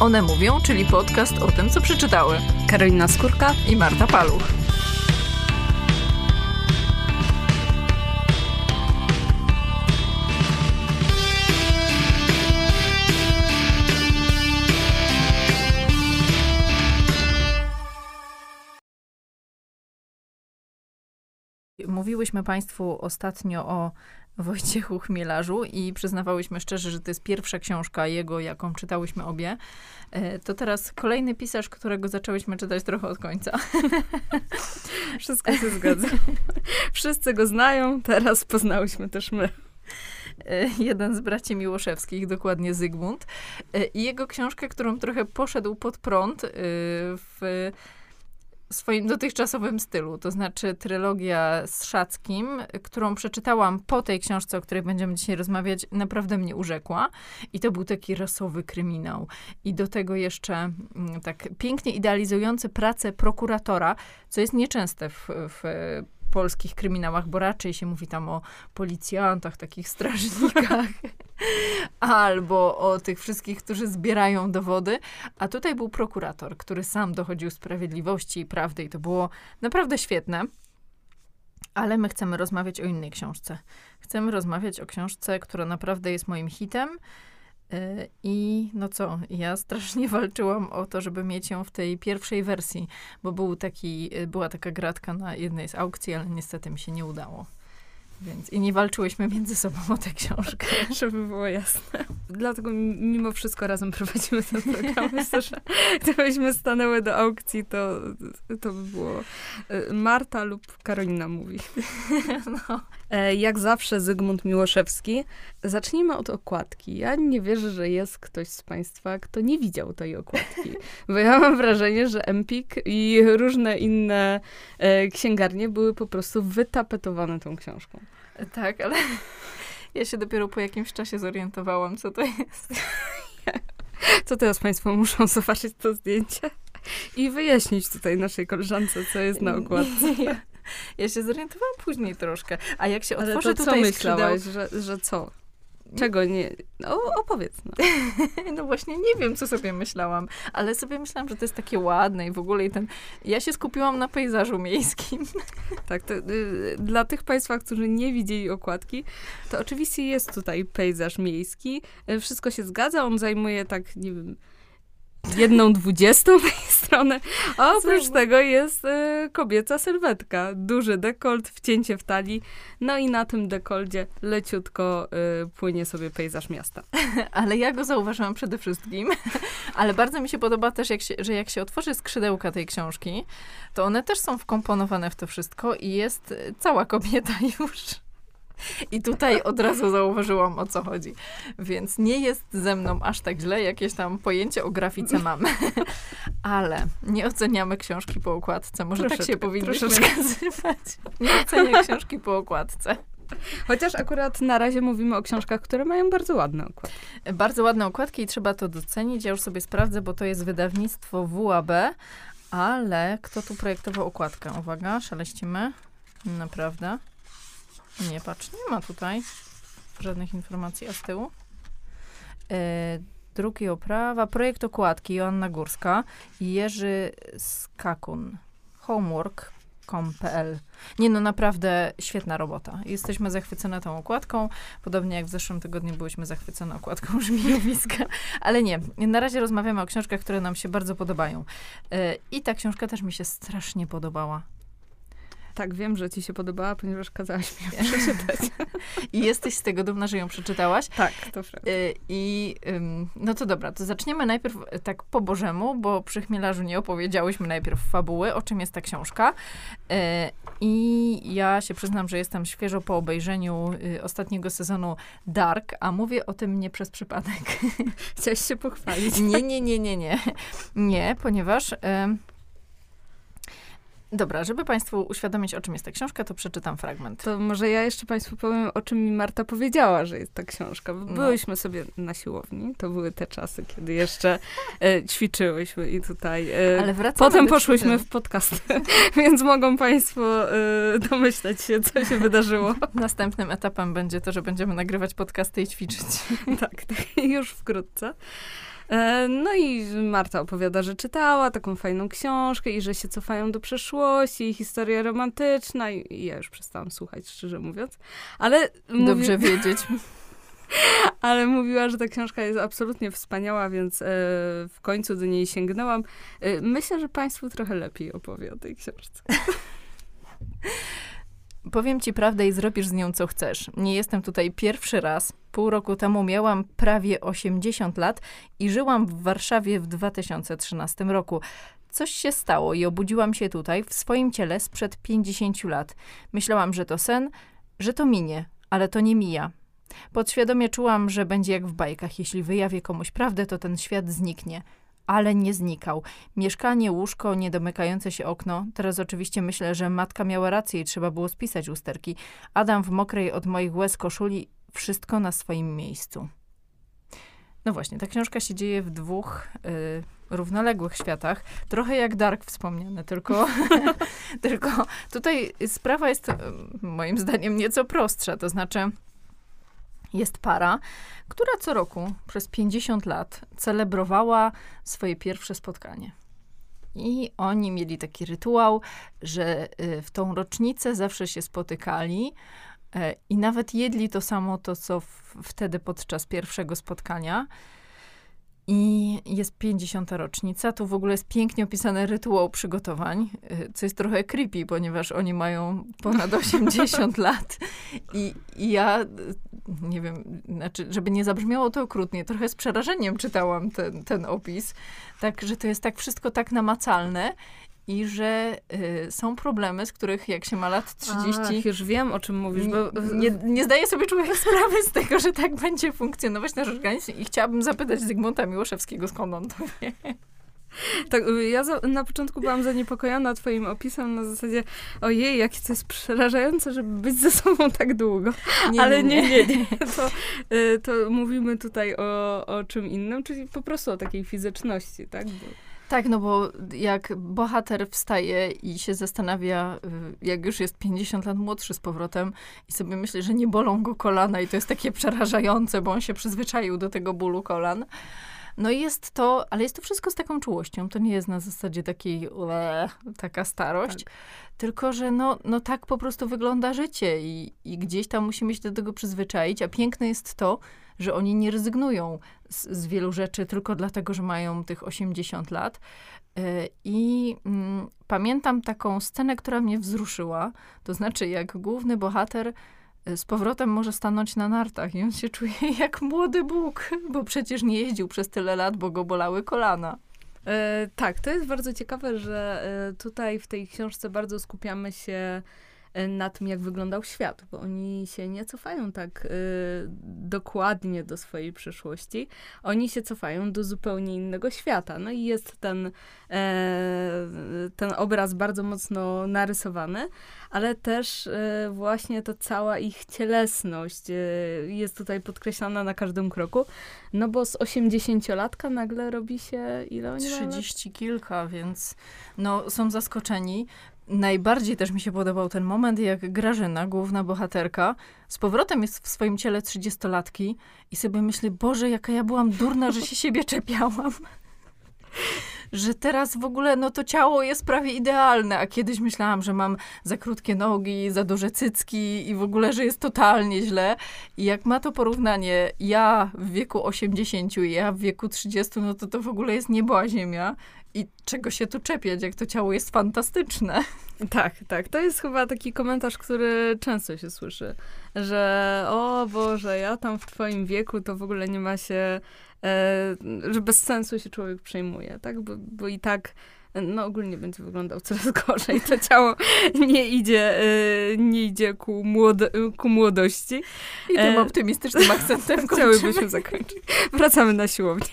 One mówią, czyli podcast o tym, co przeczytały Karolina Skórka i Marta Paluch. Mówiłyśmy Państwu ostatnio o Wojciechu Chmielarzu i przyznawałyśmy szczerze, że to jest pierwsza książka jego, jaką czytałyśmy obie. To teraz kolejny pisarz, którego zaczęłyśmy czytać trochę od końca. Wszystko się zgadza. Wszyscy go znają, teraz poznałyśmy też my. Jeden z braci Miłoszewskich, dokładnie Zygmunt. I jego książkę, którą trochę poszedł pod prąd w swoim dotychczasowym stylu, to znaczy trylogia z Szackim, którą przeczytałam po tej książce, o której będziemy dzisiaj rozmawiać, naprawdę mnie urzekła. I to był taki rasowy kryminał. I do tego jeszcze tak pięknie idealizujący pracę prokuratora, co jest nieczęste w polskich kryminałach, bo raczej się mówi tam o policjantach, takich strażnikach, albo o tych wszystkich, którzy zbierają dowody. A tutaj był prokurator, który sam dochodził sprawiedliwości i prawdy i to było naprawdę świetne. Ale my chcemy rozmawiać o innej książce. Chcemy rozmawiać o książce, która naprawdę jest moim hitem. I no co, ja strasznie walczyłam o to, żeby mieć ją w tej pierwszej wersji, bo była taka gratka na jednej z aukcji, ale niestety mi się nie udało. I nie walczyłyśmy między sobą o tę książkę. Żeby było jasne. Dlatego mimo wszystko razem prowadzimy ten program. Myślę, że gdybyśmy stanęły do aukcji, to by było Marta lub Karolina mówi. No. Jak zawsze Zygmunt Miłoszewski. Zacznijmy od okładki. Ja nie wierzę, że jest ktoś z Państwa, kto nie widział tej okładki. Bo ja mam wrażenie, że Empik i różne inne księgarnie były po prostu wytapetowane tą książką. Tak, ale ja się dopiero po jakimś czasie zorientowałam, co to jest. Co teraz Państwo muszą zobaczyć to zdjęcie i wyjaśnić tutaj naszej koleżance, co jest na okładce. Ja się zorientowałam później troszkę. A jak się otworzy ale to tutaj co myślałaś, że co? Czego nie? No, opowiedz. No. No właśnie nie wiem, co sobie myślałam, ale sobie myślałam, że to jest takie ładne i w ogóle ja się skupiłam na pejzażu miejskim. Tak, to, dla tych Państwa, którzy nie widzieli okładki, to oczywiście jest tutaj pejzaż miejski. Wszystko się zgadza, on zajmuje tak, nie wiem, 1/20 tej strony, a oprócz tego jest kobieca sylwetka, duży dekolt, wcięcie w talii, no i na tym dekolcie leciutko płynie sobie pejzaż miasta. Ale ja go zauważyłam przede wszystkim, ale bardzo mi się podoba też, że jak się otworzy skrzydełka tej książki, to one też są wkomponowane w to wszystko i jest cała kobieta już. I tutaj od razu zauważyłam, o co chodzi. Więc nie jest ze mną aż tak źle, jakieś tam pojęcie o grafice mamy. Ale nie oceniamy książki po okładce. Może tak się powinniśmy nazywać. Nie oceniam książki po okładce. Chociaż akurat na razie mówimy o książkach, które mają bardzo ładne okładki. Bardzo ładne okładki i trzeba to docenić. Ja już sobie sprawdzę, bo to jest wydawnictwo WAB. Ale kto tu projektował okładkę? Uwaga, szaleścimy. Naprawdę. Nie, patrz, nie ma tutaj żadnych informacji, a z tyłu? Druk i oprawa, projekt okładki Joanna Górska i Jerzy Skakun. Homework.com.pl. Nie, no naprawdę świetna robota. Jesteśmy zachwycone tą okładką, podobnie jak w zeszłym tygodniu byłyśmy zachwycone okładką Żmijowiska. Ale nie, na razie rozmawiamy o książkach, które nam się bardzo podobają. I ta książka też mi się strasznie podobała. Tak, wiem, że ci się podobała, ponieważ kazałaś mi ją przeczytać. I jesteś z tego dumna, że ją przeczytałaś? Tak, to prawda. No to dobra, to zaczniemy najpierw tak po Bożemu, bo przy Chmielarzu nie opowiedziałyśmy najpierw fabuły, o czym jest ta książka. I ja się przyznam, że jestem świeżo po obejrzeniu ostatniego sezonu Dark, a mówię o tym nie przez przypadek. Chciałaś się pochwalić. Nie, ponieważ... Dobra, żeby Państwu uświadomić, o czym jest ta książka, to przeczytam fragment. To może ja jeszcze Państwu powiem, o czym mi Marta powiedziała, że jest ta książka. Byłyśmy sobie na siłowni. To były te czasy, kiedy jeszcze ćwiczyłyśmy i tutaj... Ale potem poszłyśmy w podcasty, więc mogą Państwo domyślać się, co się wydarzyło. Następnym etapem będzie to, że będziemy nagrywać podcasty i ćwiczyć. Tak, już wkrótce. No i Marta opowiada, że czytała taką fajną książkę i że się cofają do przeszłości i historia romantyczna i ja już przestałam słuchać, szczerze mówiąc. Ale Dobrze wiedzieć. Ale mówiła, że ta książka jest absolutnie wspaniała, więc w końcu do niej sięgnęłam. Myślę, że państwu trochę lepiej opowie o tej książce. Powiem ci prawdę i zrobisz z nią, co chcesz. Nie jestem tutaj pierwszy raz. Pół roku temu miałam prawie 80 lat i żyłam w Warszawie w 2013 roku. Coś się stało i obudziłam się tutaj, w swoim ciele sprzed 50 lat. Myślałam, że to sen, że to minie, ale to nie mija. Podświadomie czułam, że będzie jak w bajkach. Jeśli wyjawię komuś prawdę, to ten świat zniknie. Ale nie znikał. Mieszkanie, łóżko, niedomykające się okno. Teraz oczywiście myślę, że matka miała rację i trzeba było spisać usterki. Adam w mokrej od moich łez koszuli. Wszystko na swoim miejscu. No właśnie, ta książka się dzieje w dwóch równoległych światach. Trochę jak Dark wspomniane, tylko tutaj sprawa jest moim zdaniem nieco prostsza. To znaczy jest para, która co roku przez 50 lat celebrowała swoje pierwsze spotkanie. I oni mieli taki rytuał, że w tą rocznicę zawsze się spotykali i nawet jedli to samo, to co wtedy podczas pierwszego spotkania. I jest 50. rocznica. Tu w ogóle jest pięknie opisany rytuał przygotowań, co jest trochę creepy, ponieważ oni mają ponad 80 lat. I ja, nie wiem, znaczy, żeby nie zabrzmiało to okrutnie, trochę z przerażeniem czytałam ten opis. Tak, że to jest tak wszystko tak namacalne. I że są problemy, z których jak się ma lat 30... Ach, już wiem, o czym mówisz. Bo... Nie zdaje sobie człowiek sprawy z tego, że tak będzie funkcjonować nasz organizm. I chciałabym zapytać Zygmunta Miłoszewskiego, skąd on to wie. Tak, ja na początku byłam zaniepokojona twoim opisem na zasadzie ojej, jakie to jest przerażające, żeby być ze sobą tak długo. Ale nie. To mówimy tutaj o czym innym, czyli po prostu o takiej fizyczności, tak? Tak, no bo jak bohater wstaje i się zastanawia, jak już jest 50 lat młodszy z powrotem i sobie myśli, że nie bolą go kolana i to jest takie przerażające, bo on się przyzwyczaił do tego bólu kolan. No i jest to, ale jest to wszystko z taką czułością. To nie jest na zasadzie takiej taka starość, tak. Tylko że no tak po prostu wygląda życie i gdzieś tam musimy się do tego przyzwyczaić, a piękne jest to, że oni nie rezygnują z wielu rzeczy tylko dlatego, że mają tych 80 lat. I pamiętam taką scenę, która mnie wzruszyła. To znaczy, jak główny bohater z powrotem może stanąć na nartach i on się czuje jak młody Bóg, bo przecież nie jeździł przez tyle lat, bo go bolały kolana. Tak, to jest bardzo ciekawe, że tutaj w tej książce bardzo skupiamy się na tym, jak wyglądał świat, bo oni się nie cofają tak dokładnie do swojej przeszłości. Oni się cofają do zupełnie innego świata. No i jest ten obraz bardzo mocno narysowany, ale też właśnie ta cała ich cielesność jest tutaj podkreślana na każdym kroku, no bo z 80-latka nagle robi się ile oni 30 kilka, więc no, są zaskoczeni. Najbardziej też mi się podobał ten moment, jak Grażyna, główna bohaterka, z powrotem jest w swoim ciele 30-latki i sobie myśli, Boże, jaka ja byłam durna, że się siebie czepiałam. Że teraz w ogóle, no to ciało jest prawie idealne, a kiedyś myślałam, że mam za krótkie nogi, za duże cycki i w ogóle, że jest totalnie źle. I jak ma to porównanie ja w wieku 80 i ja w wieku 30, no to w ogóle jest niebo a ziemia. I czego się tu czepiać, jak to ciało jest fantastyczne. Tak. To jest chyba taki komentarz, który często się słyszy, że o Boże, ja tam w twoim wieku to w ogóle nie ma się, że bez sensu się człowiek przejmuje, tak? Bo i tak no ogólnie będzie wyglądał coraz gorzej. To ciało nie idzie ku młodości. I tym optymistycznym akcentem chciałybyśmy zakończyć. Wracamy na siłownię.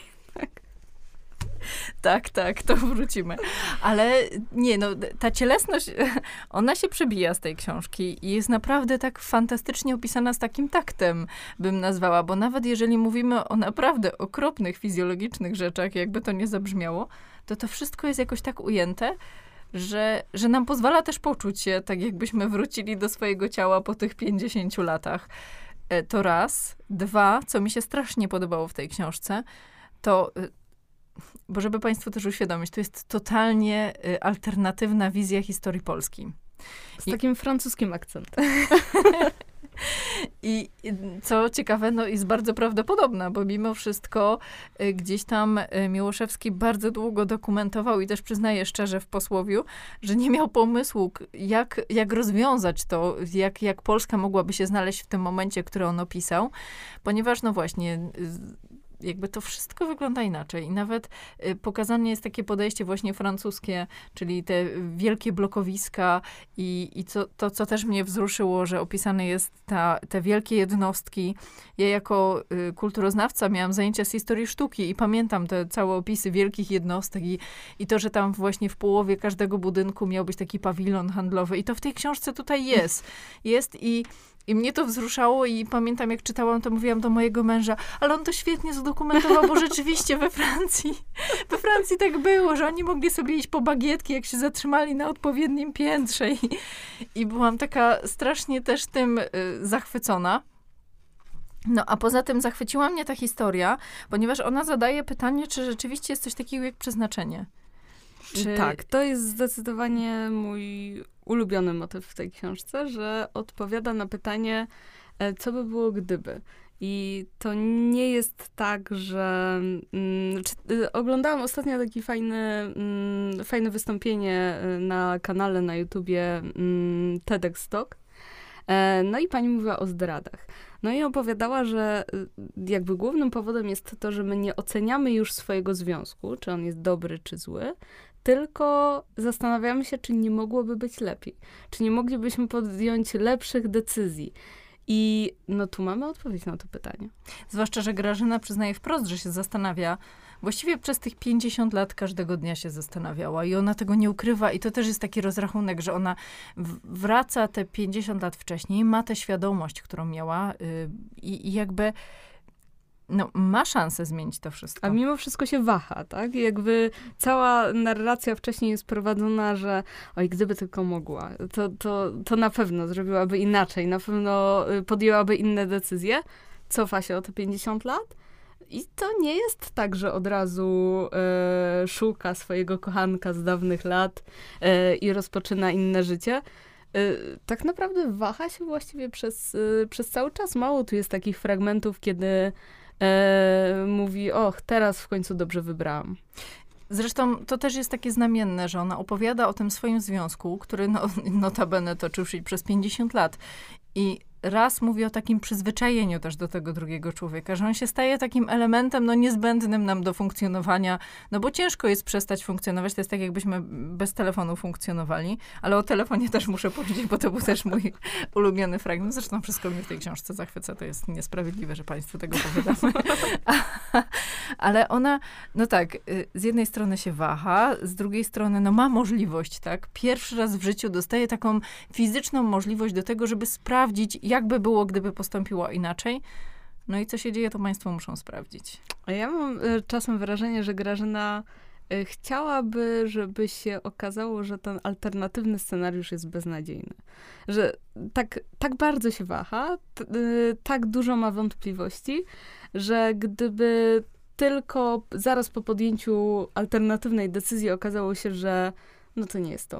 Tak, to wrócimy. Ale nie, no ta cielesność, ona się przebija z tej książki i jest naprawdę tak fantastycznie opisana z takim taktem, bym nazwała, bo nawet jeżeli mówimy o naprawdę okropnych fizjologicznych rzeczach, jakby to nie zabrzmiało, to wszystko jest jakoś tak ujęte, że nam pozwala też poczuć się tak, jakbyśmy wrócili do swojego ciała po tych 50 latach. To raz. Dwa, co mi się strasznie podobało w tej książce, to bo żeby państwu też uświadomić, to jest totalnie alternatywna wizja historii Polski. Z takim francuskim akcentem. I co ciekawe, no jest bardzo prawdopodobna, bo mimo wszystko gdzieś tam Miłoszewski bardzo długo dokumentował i też przyznaje szczerze w posłowiu, że nie miał pomysłu, jak rozwiązać to, jak Polska mogłaby się znaleźć w tym momencie, który on opisał, ponieważ no właśnie jakby to wszystko wygląda inaczej. I nawet pokazane jest takie podejście właśnie francuskie, czyli te wielkie blokowiska i co też mnie wzruszyło, że opisane jest te wielkie jednostki. Ja jako kulturoznawca miałam zajęcia z historii sztuki i pamiętam te całe opisy wielkich jednostek i to, że tam właśnie w połowie każdego budynku miał być taki pawilon handlowy. I to w tej książce tutaj jest. I mnie to wzruszało i pamiętam, jak czytałam, to mówiłam do mojego męża, ale on to świetnie zadokumentował, bo rzeczywiście we Francji tak było, że oni mogli sobie iść po bagietki, jak się zatrzymali na odpowiednim piętrze. I byłam taka strasznie też tym zachwycona. No, a poza tym zachwyciła mnie ta historia, ponieważ ona zadaje pytanie, czy rzeczywiście jest coś takiego jak przeznaczenie. Tak, to jest zdecydowanie mój ulubiony motyw w tej książce, że odpowiada na pytanie, co by było gdyby. I to nie jest tak, że... oglądałam ostatnio takie fajne wystąpienie na kanale na YouTubie TEDx Talk. No i pani mówiła o zdradach. No i opowiadała, że jakby głównym powodem jest to, że my nie oceniamy już swojego związku, czy on jest dobry, czy zły, tylko zastanawiamy się, czy nie mogłoby być lepiej. Czy nie moglibyśmy podjąć lepszych decyzji. I no tu mamy odpowiedź na to pytanie. Zwłaszcza, że Grażyna przyznaje wprost, że się zastanawia. Właściwie przez tych 50 lat każdego dnia się zastanawiała i ona tego nie ukrywa i to też jest taki rozrachunek, że ona wraca te 50 lat wcześniej, ma tę świadomość, którą miała i jakby no, ma szansę zmienić to wszystko. A mimo wszystko się waha, tak? I jakby cała narracja wcześniej jest prowadzona, że oj, gdyby tylko mogła, to na pewno zrobiłaby inaczej, na pewno podjęłaby inne decyzje. Cofa się o te 50 lat. I to nie jest tak, że od razu szuka swojego kochanka z dawnych lat i rozpoczyna inne życie. Tak naprawdę waha się właściwie przez cały czas. Mało tu jest takich fragmentów, kiedy mówi, teraz w końcu dobrze wybrałam. Zresztą to też jest takie znamienne, że ona opowiada o tym swoim związku, który notabene toczył się przez 50 lat. I raz mówi o takim przyzwyczajeniu też do tego drugiego człowieka, że on się staje takim elementem niezbędnym nam do funkcjonowania, bo ciężko jest przestać funkcjonować. To jest tak, jakbyśmy bez telefonu funkcjonowali, ale o telefonie też muszę powiedzieć, bo to był też mój ulubiony fragment. Zresztą wszystko mnie w tej książce zachwyca. To jest niesprawiedliwe, że państwu tego opowiadamy. Ale ona, z jednej strony się waha, z drugiej strony ma możliwość, tak? Pierwszy raz w życiu dostaje taką fizyczną możliwość do tego, żeby sprawdzić, jakby było, gdyby postąpiła inaczej. No i co się dzieje, to państwo muszą sprawdzić. A ja mam czasem wrażenie, że Grażyna chciałaby, żeby się okazało, że ten alternatywny scenariusz jest beznadziejny. Że tak bardzo się waha, tak dużo ma wątpliwości, że gdyby tylko zaraz po podjęciu alternatywnej decyzji okazało się, że to nie jest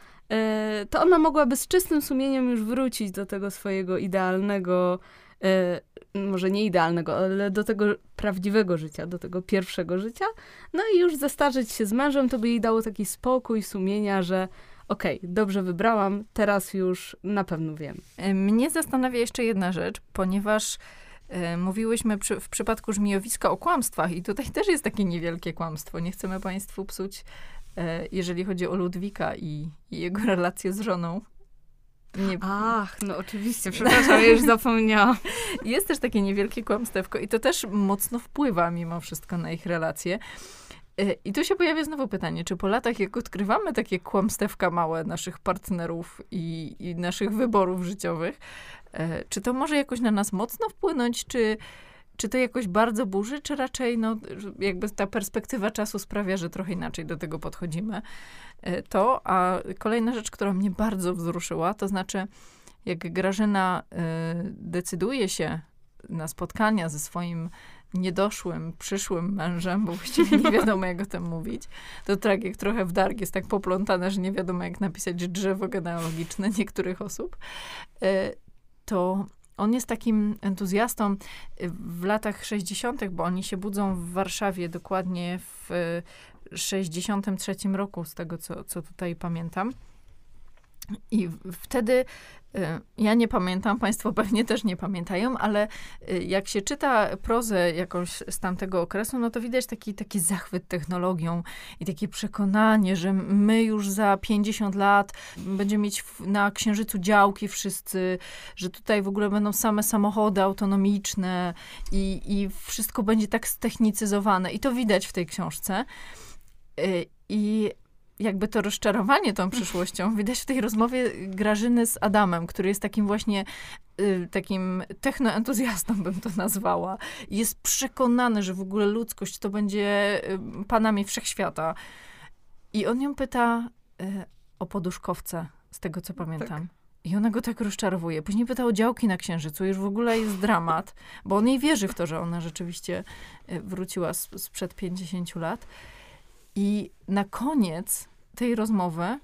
to ona mogłaby z czystym sumieniem już wrócić do tego swojego idealnego, może nie idealnego, ale do tego prawdziwego życia, do tego pierwszego życia. No i już zestarzeć się z mężem, to by jej dało taki spokój sumienia, że okej, dobrze wybrałam, teraz już na pewno wiem. Mnie zastanawia jeszcze jedna rzecz, ponieważ mówiłyśmy w przypadku Żmijowiska o kłamstwach i tutaj też jest takie niewielkie kłamstwo. Nie chcemy państwu psuć, jeżeli chodzi o Ludwika i jego relację z żoną. Oczywiście, przepraszam, ja już zapomniałam. Jest też takie niewielkie kłamstewko i to też mocno wpływa mimo wszystko na ich relacje. I tu się pojawia znowu pytanie, czy po latach, jak odkrywamy takie kłamstewka małe naszych partnerów i naszych wyborów życiowych, czy to może jakoś na nas mocno wpłynąć, czy to jakoś bardzo burzy, czy raczej jakby ta perspektywa czasu sprawia, że trochę inaczej do tego podchodzimy. A kolejna rzecz, która mnie bardzo wzruszyła, to znaczy jak Grażyna decyduje się na spotkania ze swoim niedoszłym, przyszłym mężem, bo właściwie nie wiadomo, jak o tym mówić. To tak jak trochę w Dark jest tak poplątane, że nie wiadomo, jak napisać drzewo genealogiczne niektórych osób. To on jest takim entuzjastą w latach 60., bo oni się budzą w Warszawie dokładnie w 63 roku, z tego, co tutaj pamiętam. I wtedy, ja nie pamiętam, państwo pewnie też nie pamiętają, ale jak się czyta prozę jakąś z tamtego okresu, no to widać taki zachwyt technologią i takie przekonanie, że my już za 50 lat będziemy mieć na Księżycu działki wszyscy, że tutaj w ogóle będą same samochody autonomiczne i wszystko będzie tak ztechnicyzowane. I to widać w tej książce. I jakby to rozczarowanie tą przyszłością widać w tej rozmowie Grażyny z Adamem, który jest takim właśnie takim technoentuzjastą, bym to nazwała. I jest przekonany, że w ogóle ludzkość to będzie panami wszechświata. I on ją pyta o poduszkowce, z tego co pamiętam. Tak. I ona go tak rozczarowuje. Później pyta o działki na Księżycu. Już w ogóle jest dramat, bo on jej wierzy w to, że ona rzeczywiście wróciła sprzed 50 lat. I na koniec tej rozmowy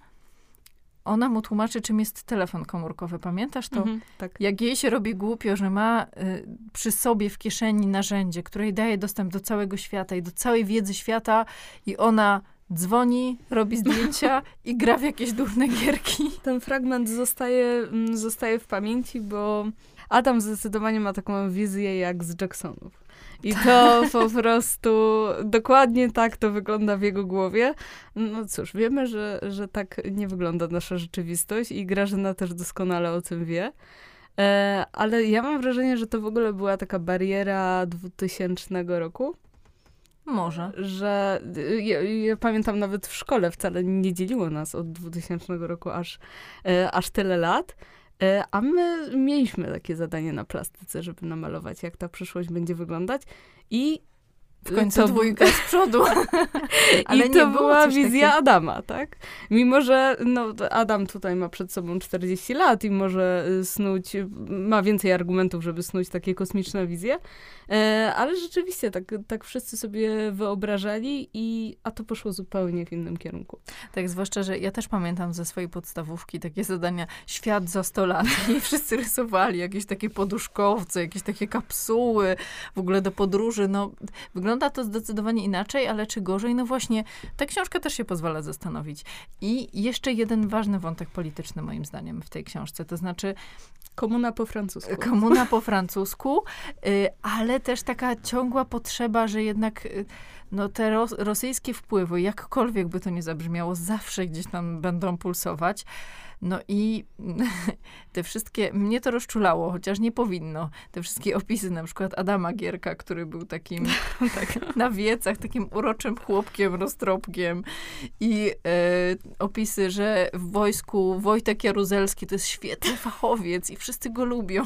ona mu tłumaczy, czym jest telefon komórkowy. Pamiętasz to? Tak. Jak jej się robi głupio, że ma przy sobie w kieszeni narzędzie, które jej daje dostęp do całego świata i do całej wiedzy świata i ona dzwoni, robi zdjęcia i gra w jakieś durne gierki. Ten fragment zostaje w pamięci, bo Adam zdecydowanie ma taką wizję jak z Jacksonów. I to po prostu dokładnie tak to wygląda w jego głowie. No cóż, wiemy, że tak nie wygląda nasza rzeczywistość i Grażyna też doskonale o tym wie. Ale ja mam wrażenie, że to w ogóle była taka bariera 2000 roku. Może. Że ja pamiętam nawet w szkole wcale nie dzieliło nas od 2000 roku aż tyle lat. A my mieliśmy takie zadanie na plastyce, żeby namalować, jak ta przyszłość będzie wyglądać. I w końcu dwójka z przodu. Ale i to była wizja Adama, tak? Mimo, że Adam tutaj ma przed sobą 40 lat i może ma więcej argumentów, żeby snuć takie kosmiczne wizje. Ale rzeczywiście tak wszyscy sobie wyobrażali, a to poszło zupełnie w innym kierunku. Tak, zwłaszcza, że ja też pamiętam ze swojej podstawówki takie zadania świat za 100 lat. I wszyscy rysowali jakieś takie poduszkowce, jakieś takie kapsuły, w ogóle do podróży. No, wygląda to zdecydowanie inaczej, ale czy gorzej? No właśnie, ta książka też się pozwala zastanowić. I jeszcze jeden ważny wątek polityczny, moim zdaniem, w tej książce, to znaczy komuna po francusku. Komuna po francusku, ale też taka ciągła potrzeba, że jednak te rosyjskie wpływy, jakkolwiek by to nie zabrzmiało, zawsze gdzieś tam będą pulsować. No i te wszystkie, mnie to rozczulało, chociaż nie powinno. Te wszystkie opisy, na przykład Adama Gierka, który był takim na wiecach, takim uroczym chłopkiem, roztropkiem. I opisy, że w wojsku Wojtek Jaruzelski to jest świetny fachowiec i wszyscy go lubią.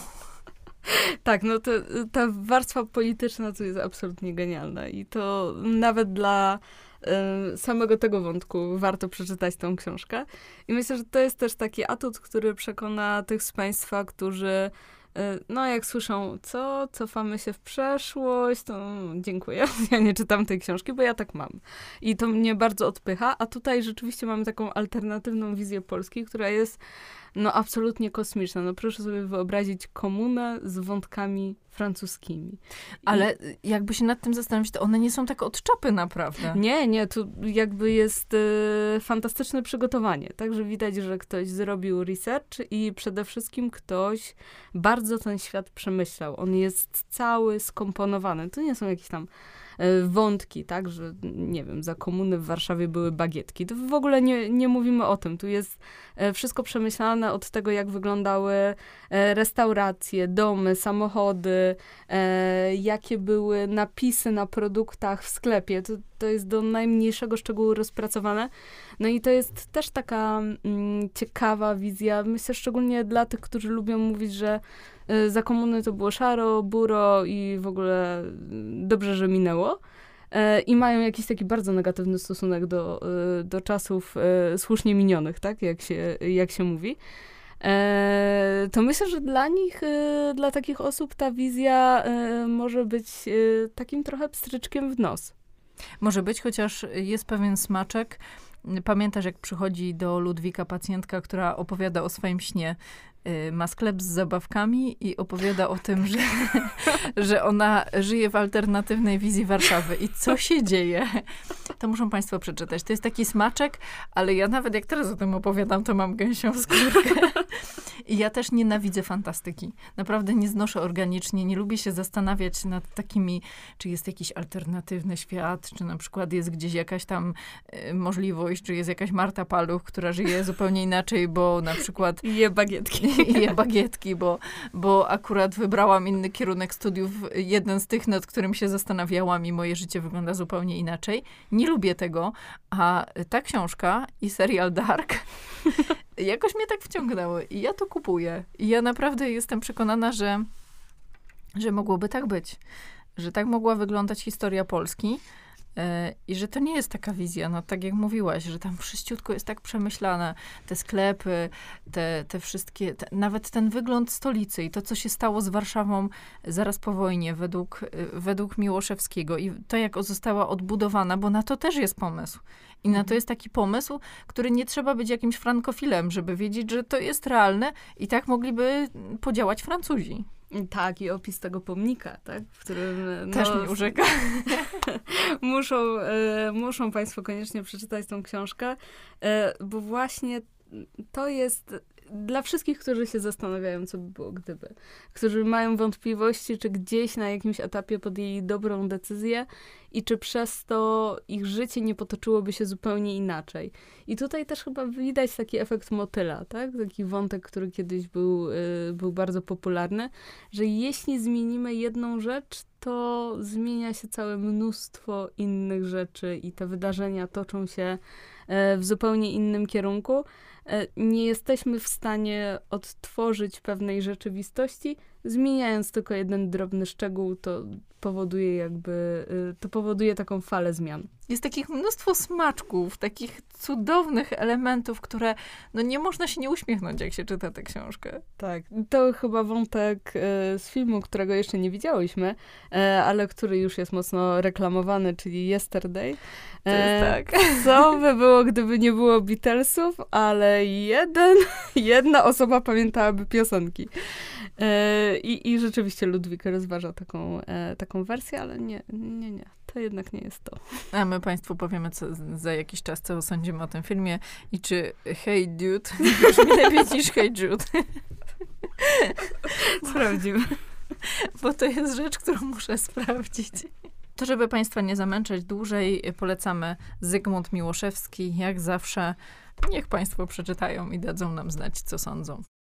Tak, ta warstwa polityczna to jest absolutnie genialna i to nawet dla samego tego wątku warto przeczytać tą książkę. I myślę, że to jest też taki atut, który przekona tych z państwa, którzy jak słyszą, cofamy się w przeszłość, to dziękuję. Ja nie czytam tej książki, bo ja tak mam. I to mnie bardzo odpycha, a tutaj rzeczywiście mamy taką alternatywną wizję Polski, która jest absolutnie kosmiczna. Proszę sobie wyobrazić komunę z wątkami francuskimi. Ale jakby się nad tym zastanowić, to one nie są tak od czapy naprawdę. Nie, tu jakby jest fantastyczne przygotowanie. Także widać, że ktoś zrobił research i przede wszystkim ktoś bardzo ten świat przemyślał. On jest cały skomponowany. To nie są jakieś tam wątki, tak, że nie wiem, za komuny w Warszawie były bagietki. To w ogóle nie mówimy o tym. Tu jest wszystko przemyślane od tego, jak wyglądały restauracje, domy, samochody, jakie były napisy na produktach w sklepie. To jest do najmniejszego szczegółu rozpracowane. No i to jest też taka ciekawa wizja, myślę szczególnie dla tych, którzy lubią mówić, że za komuny to było szaro, buro i w ogóle dobrze, że minęło. I mają jakiś taki bardzo negatywny stosunek do czasów słusznie minionych, tak? Jak się mówi. to myślę, że dla nich, dla takich osób ta wizja może być takim trochę pstryczkiem w nos. Może być, chociaż jest pewien smaczek. Pamiętasz, jak przychodzi do Ludwika pacjentka, która opowiada o swoim śnie. Ma sklep z zabawkami i opowiada o tym, że ona żyje w alternatywnej wizji Warszawy. I co się dzieje? To muszą państwo przeczytać. To jest taki smaczek, ale ja nawet jak teraz o tym opowiadam, to mam gęsią skórkę. I ja też nienawidzę fantastyki. Naprawdę nie znoszę organicznie. Nie lubię się zastanawiać nad takimi, czy jest jakiś alternatywny świat, czy na przykład jest gdzieś jakaś tam możliwość, czy jest jakaś Marta Paluch, która żyje zupełnie inaczej, bo na przykład... Je bagietki. Je bagietki, bo akurat wybrałam inny kierunek studiów, jeden z tych, nad którym się zastanawiałam i moje życie wygląda zupełnie inaczej. Nie lubię tego, a ta książka i serial Dark jakoś mnie tak wciągnęły i ja to kupuję. I ja naprawdę jestem przekonana, że mogłoby tak być. Że tak mogła wyglądać historia Polski. I że to nie jest taka wizja, no tak jak mówiłaś, że tam wszyściutko jest tak przemyślane, te sklepy, te wszystkie, nawet ten wygląd stolicy i to, co się stało z Warszawą zaraz po wojnie według Miłoszewskiego i to, jak została odbudowana, bo na to też jest pomysł. I na to jest taki pomysł, który nie trzeba być jakimś frankofilem, żeby wiedzieć, że to jest realne i tak mogliby podziałać Francuzi. Tak, i opis tego pomnika, tak, w którym... Też mi urzeka. Muszą państwo koniecznie przeczytać tą książkę, bo właśnie to jest dla wszystkich, którzy się zastanawiają, co by było gdyby. Którzy mają wątpliwości, czy gdzieś na jakimś etapie podjęli dobrą decyzję i czy przez to ich życie nie potoczyłoby się zupełnie inaczej. I tutaj też chyba widać taki efekt motyla, tak? Taki wątek, który kiedyś był bardzo popularny, że jeśli zmienimy jedną rzecz, to zmienia się całe mnóstwo innych rzeczy i te wydarzenia toczą się w zupełnie innym kierunku. Nie jesteśmy w stanie odtworzyć pewnej rzeczywistości, zmieniając tylko jeden drobny szczegół, to powoduje taką falę zmian. Jest takich mnóstwo smaczków, takich cudownych elementów, które no nie można się nie uśmiechnąć, jak się czyta tę książkę. Tak, to chyba wątek z filmu, którego jeszcze nie widziałyśmy, ale który już jest mocno reklamowany, czyli Yesterday. To jest tak. Co by było, gdyby nie było Beatlesów, ale jedna osoba pamiętałaby piosenki. I rzeczywiście Ludwik rozważa taką wersję, ale nie. To jednak nie jest to. A my państwu powiemy za jakiś czas, co sądzimy o tym filmie i czy Hey Dude brzmi lepiej niż Hey Jude. Sprawdzimy. Bo to jest rzecz, którą muszę sprawdzić. To, żeby państwa nie zamęczać dłużej, polecamy Zygmunt Miłoszewski. Jak zawsze, niech państwo przeczytają i dadzą nam znać, co sądzą.